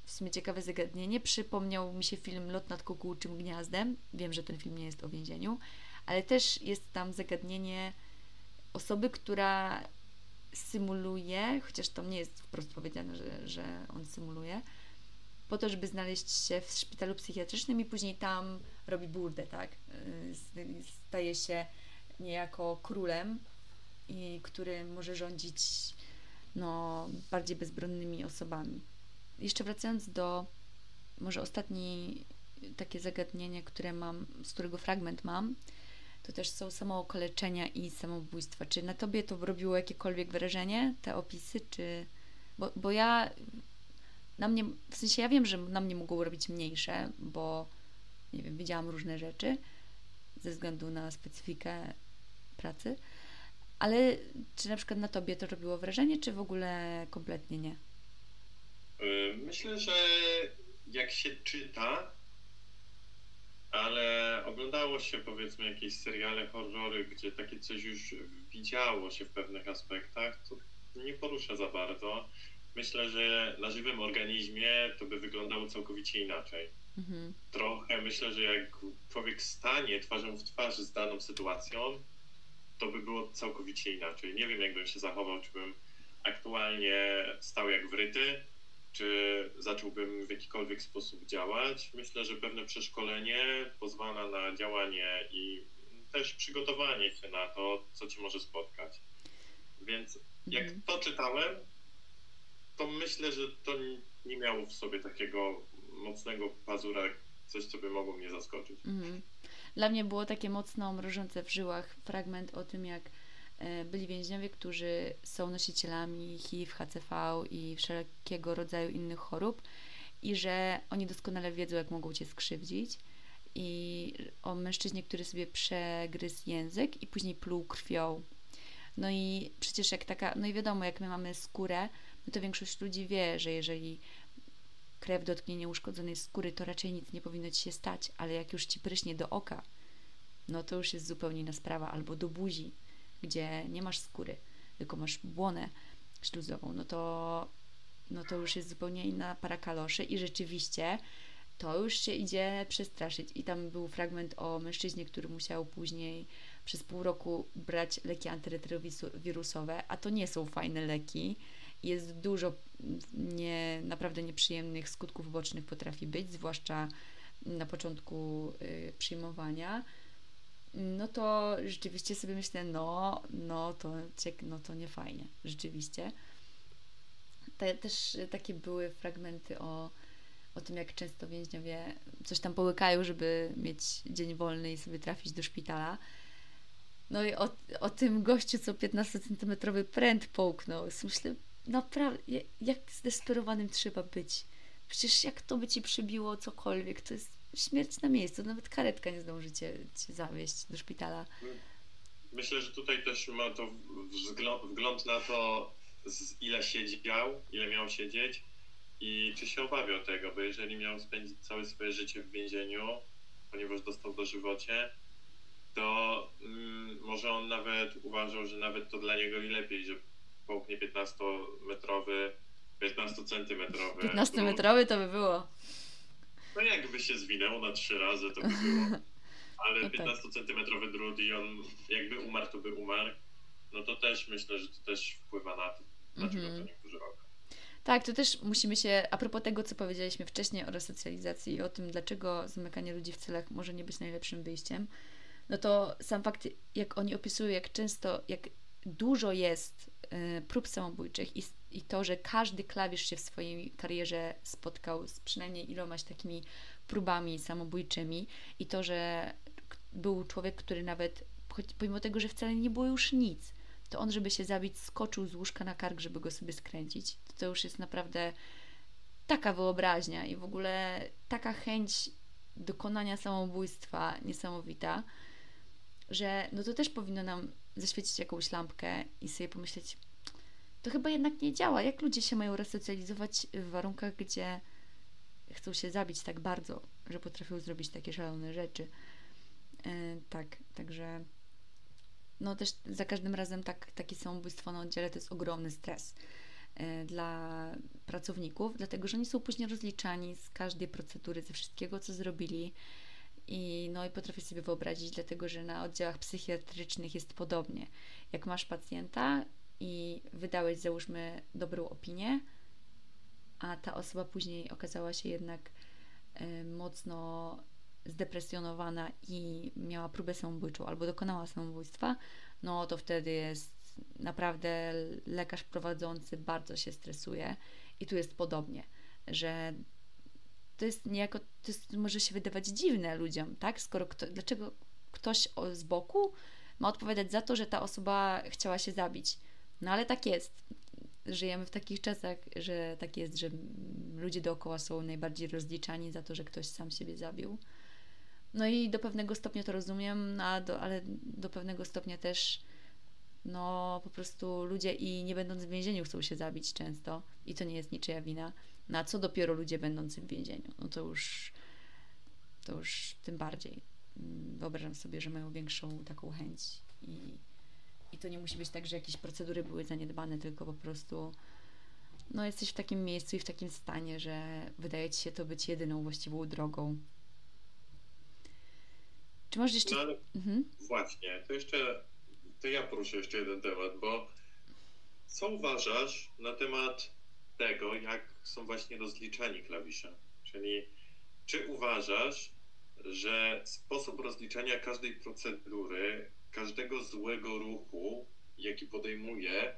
w sumie ciekawe zagadnienie. Przypomniał mi się film Lot nad kukułczym gniazdem. Wiem, że ten film nie jest o więzieniu, ale też jest tam zagadnienie osoby, która symuluje, chociaż to nie jest wprost powiedziane, że on symuluje, po to, żeby znaleźć się w szpitalu psychiatrycznym i później tam robi burdę, tak? Staje się niejako królem, który może rządzić bardziej bezbronnymi osobami. Jeszcze wracając do może ostatnie takie zagadnienie, które mam, z którego fragment mam, to też są samookaleczenia i samobójstwa. Czy na tobie to robiło jakiekolwiek wrażenie, te opisy, czy... Bo ja... Na mnie, w sensie ja wiem, że na mnie mogło robić mniejsze, bo nie wiem, widziałam różne rzeczy ze względu na specyfikę pracy, ale czy na przykład na tobie to robiło wrażenie, czy w ogóle kompletnie nie? Myślę, że jak się czyta, ale oglądało się powiedzmy jakieś seriale, horrory, gdzie takie coś już widziało się w pewnych aspektach, to nie porusza za bardzo. Myślę, że na żywym organizmie to by wyglądało całkowicie inaczej. Trochę myślę, że jak człowiek stanie twarzą w twarz z daną sytuacją, to by było całkowicie inaczej. Nie wiem, jak bym się zachował, czy bym aktualnie stał jak wryty, czy zacząłbym w jakikolwiek sposób działać. Myślę, że pewne przeszkolenie pozwala na działanie i też przygotowanie się na to, co ci może spotkać. Więc jak to czytałem, to myślę, że to nie miało w sobie takiego mocnego pazura, coś, co by mogło mnie zaskoczyć. Dla mnie było takie mocno mrożące w żyłach fragment o tym, jak byli więźniowie, którzy są nosicielami HIV, HCV i wszelkiego rodzaju innych chorób i że oni doskonale wiedzą, jak mogą cię skrzywdzić. I o mężczyźnie, który sobie przegryzł język i później pluł krwią. No i przecież jak taka, no i wiadomo, jak my mamy skórę, no to większość ludzi wie, że jeżeli krew dotknie nieuszkodzonej skóry, to raczej nic nie powinno ci się stać, ale jak już ci pryśnie do oka, no to już jest zupełnie inna sprawa, albo do buzi, gdzie nie masz skóry, tylko masz błonę śluzową, no to już jest zupełnie inna para kaloszy i rzeczywiście to już się idzie przestraszyć. I tam był fragment o mężczyźnie, który musiał później przez pół roku brać leki antyretrowirusowe, a to nie są fajne leki. Jest dużo naprawdę nieprzyjemnych skutków ubocznych potrafi być, zwłaszcza na początku przyjmowania. No to rzeczywiście sobie myślę, to nie fajnie, rzeczywiście. Też takie były fragmenty o tym, jak często więźniowie coś tam połykają, żeby mieć dzień wolny i sobie trafić do szpitala. No i o tym gościu, co 15-centymetrowy pręt połknął. Myślę, naprawdę, jak zdesperowanym trzeba być. Przecież jak to by ci przybiło cokolwiek, to jest śmierć na miejscu. Nawet karetka nie zdąży cię zawieźć do szpitala. Myślę, że tutaj też ma to wgląd na to, ile siedział, ile miał siedzieć i czy się obawiał tego, bo jeżeli miał spędzić całe swoje życie w więzieniu, ponieważ dostał dożywocie, to może on nawet uważał, że nawet to dla niego i lepiej, że połknie 15-centymetrowy 15-metrowy to by było. No jakby się zwinęło na 3 razy, to by było. Ale No tak. 15-centymetrowy drut i on jakby umarł, to by umarł. No to też myślę, że to też wpływa na to, dlaczego to niektórzy robią. Tak, to też musimy się, a propos tego, co powiedzieliśmy wcześniej o resocjalizacji i o tym, dlaczego zamykanie ludzi w celach może nie być najlepszym wyjściem, no to sam fakt, jak oni opisują, jak dużo jest prób samobójczych i to, że każdy klawisz się w swojej karierze spotkał z przynajmniej ilomaś takimi próbami samobójczymi i to, że był człowiek, który nawet, pomimo tego, że wcale nie było już nic, to on, żeby się zabić, skoczył z łóżka na kark, żeby go sobie skręcić. To już jest naprawdę taka wyobraźnia i w ogóle taka chęć dokonania samobójstwa niesamowita, że no to też powinno nam zaświecić jakąś lampkę i sobie pomyśleć, to chyba jednak nie działa. Jak ludzie się mają resocjalizować w warunkach, gdzie chcą się zabić tak bardzo, że potrafią zrobić takie szalone rzeczy. Tak, także no też za każdym razem takie samobójstwo na oddziale to jest ogromny stres. dla pracowników, dlatego że oni są później rozliczani z każdej procedury, ze wszystkiego, co zrobili. I potrafię sobie wyobrazić, dlatego że na oddziałach psychiatrycznych jest podobnie. Jak masz pacjenta i wydałeś, załóżmy, dobrą opinię, a ta osoba później okazała się jednak mocno zdepresjonowana i miała próbę samobójczą albo dokonała samobójstwa, to wtedy jest naprawdę lekarz prowadzący bardzo się stresuje i tu jest podobnie, że to jest niejako, może się wydawać dziwne ludziom, tak? Dlaczego ktoś z boku ma odpowiadać za to, że ta osoba chciała się zabić? Ale tak jest. Żyjemy w takich czasach, że tak jest, że ludzie dookoła są najbardziej rozliczani za to, że ktoś sam siebie zabił. I do pewnego stopnia to rozumiem, ale do pewnego stopnia też po prostu ludzie i nie będąc w więzieniu chcą się zabić często i to nie jest niczyja wina. A co dopiero ludzie będący w więzieniu? To już tym bardziej. Wyobrażam sobie, że mają większą taką chęć i to nie musi być tak, że jakieś procedury były zaniedbane, tylko po prostu jesteś w takim miejscu i w takim stanie, że wydaje ci się to być jedyną właściwą drogą. Czy możesz jeszcze... ale właśnie, to ja poruszę jeszcze jeden temat, bo co uważasz na temat tego, jak są właśnie rozliczani klawisze? Czyli czy uważasz, że sposób rozliczania każdej procedury, każdego złego ruchu, jaki podejmuje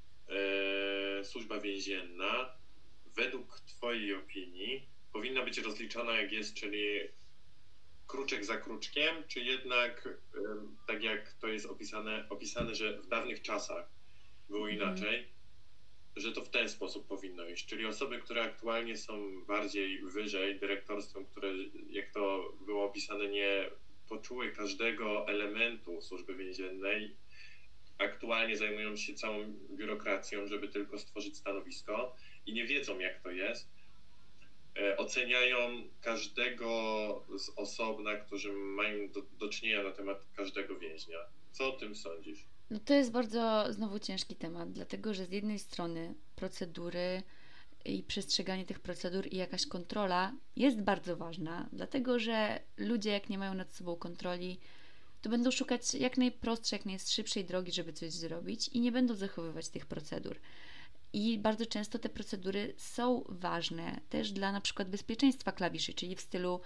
służba więzienna, według twojej opinii powinna być rozliczana jak jest, czyli kruczek za kruczkiem, czy jednak tak jak to jest opisane, że w dawnych czasach było inaczej, że to w ten sposób powinno iść, czyli osoby, które aktualnie są bardziej wyżej dyrektorstwem, które, jak to było opisane, nie poczuły każdego elementu służby więziennej, aktualnie zajmują się całą biurokracją, żeby tylko stworzyć stanowisko i nie wiedzą, jak to jest, oceniają każdego z osobna, którzy mają do czynienia na temat każdego więźnia. Co o tym sądzisz? To jest bardzo znowu ciężki temat, dlatego że z jednej strony procedury i przestrzeganie tych procedur i jakaś kontrola jest bardzo ważna, dlatego że ludzie, jak nie mają nad sobą kontroli, to będą szukać jak najprostszej, jak najszybszej drogi, żeby coś zrobić i nie będą zachowywać tych procedur. I bardzo często te procedury są ważne też dla na przykład bezpieczeństwa klawiszy, czyli w stylu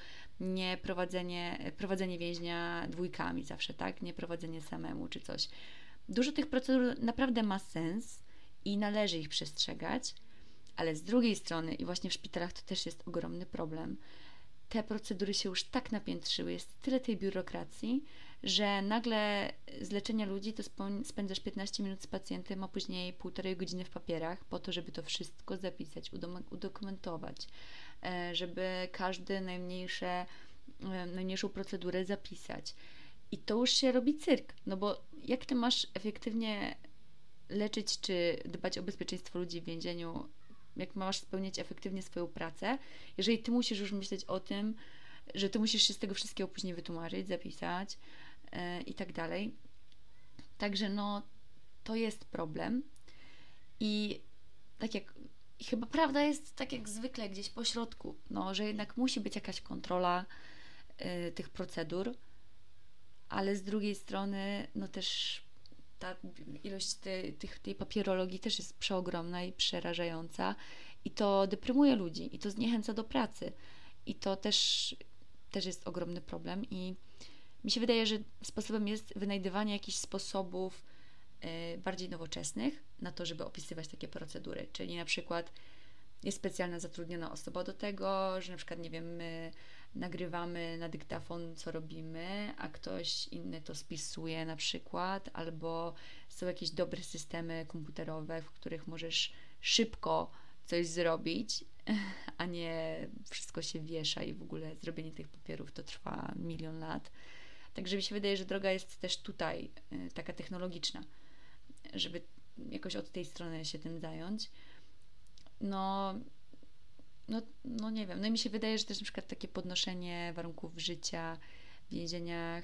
prowadzenie więźnia dwójkami zawsze, tak? Nie prowadzenie samemu czy coś. Dużo tych procedur naprawdę ma sens i należy ich przestrzegać, ale z drugiej strony, i właśnie w szpitalach to też jest ogromny problem, te procedury się już tak napiętrzyły, jest tyle tej biurokracji, że nagle z leczenia ludzi to spędzasz 15 minut z pacjentem, a później 1,5 godziny w papierach po to, żeby to wszystko zapisać, udokumentować, żeby każdy najmniejszą procedurę zapisać. I to już się robi cyrk, bo jak ty masz efektywnie leczyć czy dbać o bezpieczeństwo ludzi w więzieniu, jak masz spełniać efektywnie swoją pracę, jeżeli ty musisz już myśleć o tym, że ty musisz się z tego wszystkiego później wytłumaczyć, zapisać i tak dalej. Także to jest problem i chyba prawda jest tak jak zwykle gdzieś po środku, że jednak musi być jakaś kontrola tych procedur, ale z drugiej strony też ta ilość tej papierologii też jest przeogromna i przerażająca i to deprymuje ludzi i to zniechęca do pracy i to też jest ogromny problem i mi się wydaje, że sposobem jest wynajdywanie jakichś sposobów bardziej nowoczesnych na to, żeby opisywać takie procedury, czyli na przykład jest specjalna zatrudniona osoba do tego, że na przykład, nie wiem, my nagrywamy na dyktafon, co robimy, a ktoś inny to spisuje na przykład, albo są jakieś dobre systemy komputerowe, w których możesz szybko coś zrobić, a nie wszystko się wiesza i w ogóle zrobienie tych papierów to trwa 1 000 000 lat. Także mi się wydaje, że droga jest też tutaj taka technologiczna, żeby jakoś od tej strony się tym zająć. Nie wiem. I mi się wydaje, że też na przykład takie podnoszenie warunków życia w więzieniach,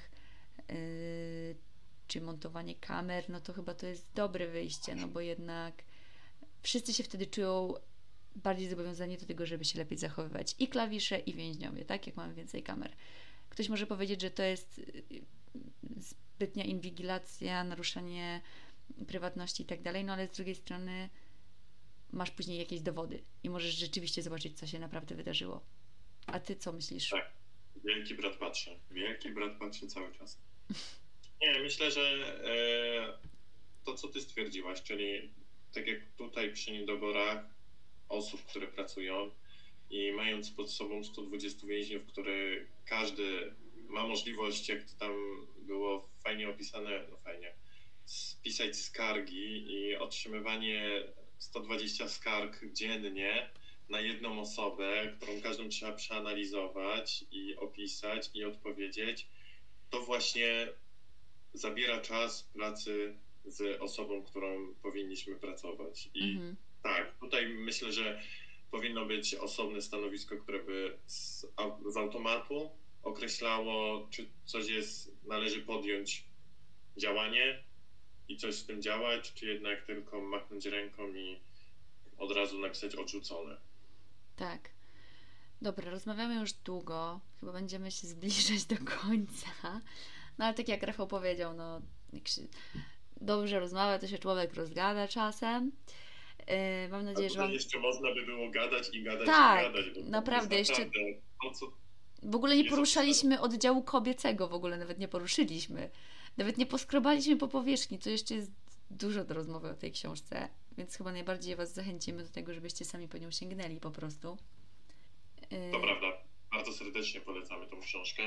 czy montowanie kamer, to chyba to jest dobre wyjście, bo jednak wszyscy się wtedy czują bardziej zobowiązani do tego, żeby się lepiej zachowywać. I klawisze, i więźniowie, tak? Jak mamy więcej kamer. Ktoś może powiedzieć, że to jest zbytnia inwigilacja, naruszanie prywatności i tak dalej, no ale z drugiej strony masz później jakieś dowody i możesz rzeczywiście zobaczyć, co się naprawdę wydarzyło. A ty co myślisz? Tak, wielki brat patrzy. Wielki brat patrzy cały czas. Nie, myślę, że to, co ty stwierdziłaś, czyli tak jak tutaj przy niedoborach osób, które pracują i mając pod sobą 120 więźniów, który każdy ma możliwość, jak to tam było fajnie opisane, no fajnie, spisać skargi i otrzymywanie 120 skarg dziennie na jedną osobę, którą każdą trzeba przeanalizować i opisać i odpowiedzieć, to właśnie zabiera czas pracy z osobą, którą powinniśmy pracować. I tak, tutaj myślę, że powinno być osobne stanowisko, które by z automatu określało, czy coś należy podjąć działanie i coś z tym działać, czy jednak tylko machnąć ręką i od razu napisać odrzucone. Tak. Dobra, rozmawiamy już długo. Chyba będziemy się zbliżać do końca. No ale tak jak Rafał powiedział, no jak się dobrze rozmawia, to się człowiek rozgada czasem. Mam nadzieję, że jeszcze można by było gadać i gadać tak, i gadać. Naprawdę, jeszcze w ogóle nie poruszaliśmy oddziału kobiecego, w ogóle nawet nie poruszyliśmy. Nawet nie poskrobaliśmy po powierzchni, to jeszcze jest dużo do rozmowy o tej książce, więc chyba najbardziej Was zachęcimy do tego, żebyście sami po nią sięgnęli po prostu. To prawda. Bardzo serdecznie polecamy tą książkę.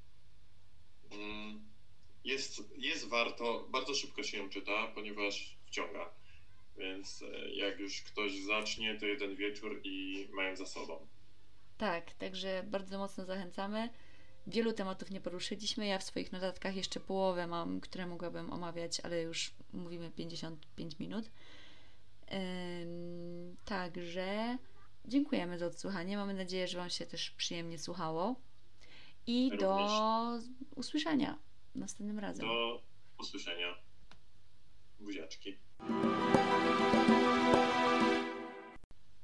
Jest warto, bardzo szybko się ją czyta, ponieważ wciąga. Więc jak już ktoś zacznie, to jeden wieczór i mają za sobą. Tak, także bardzo mocno zachęcamy. Wielu tematów nie poruszyliśmy. Ja w swoich notatkach jeszcze połowę mam, które mogłabym omawiać, ale już mówimy 55 minut. Także dziękujemy za odsłuchanie. Mamy nadzieję, że Wam się też przyjemnie słuchało. I również do usłyszenia następnym razem. Do usłyszenia. Buziaczki.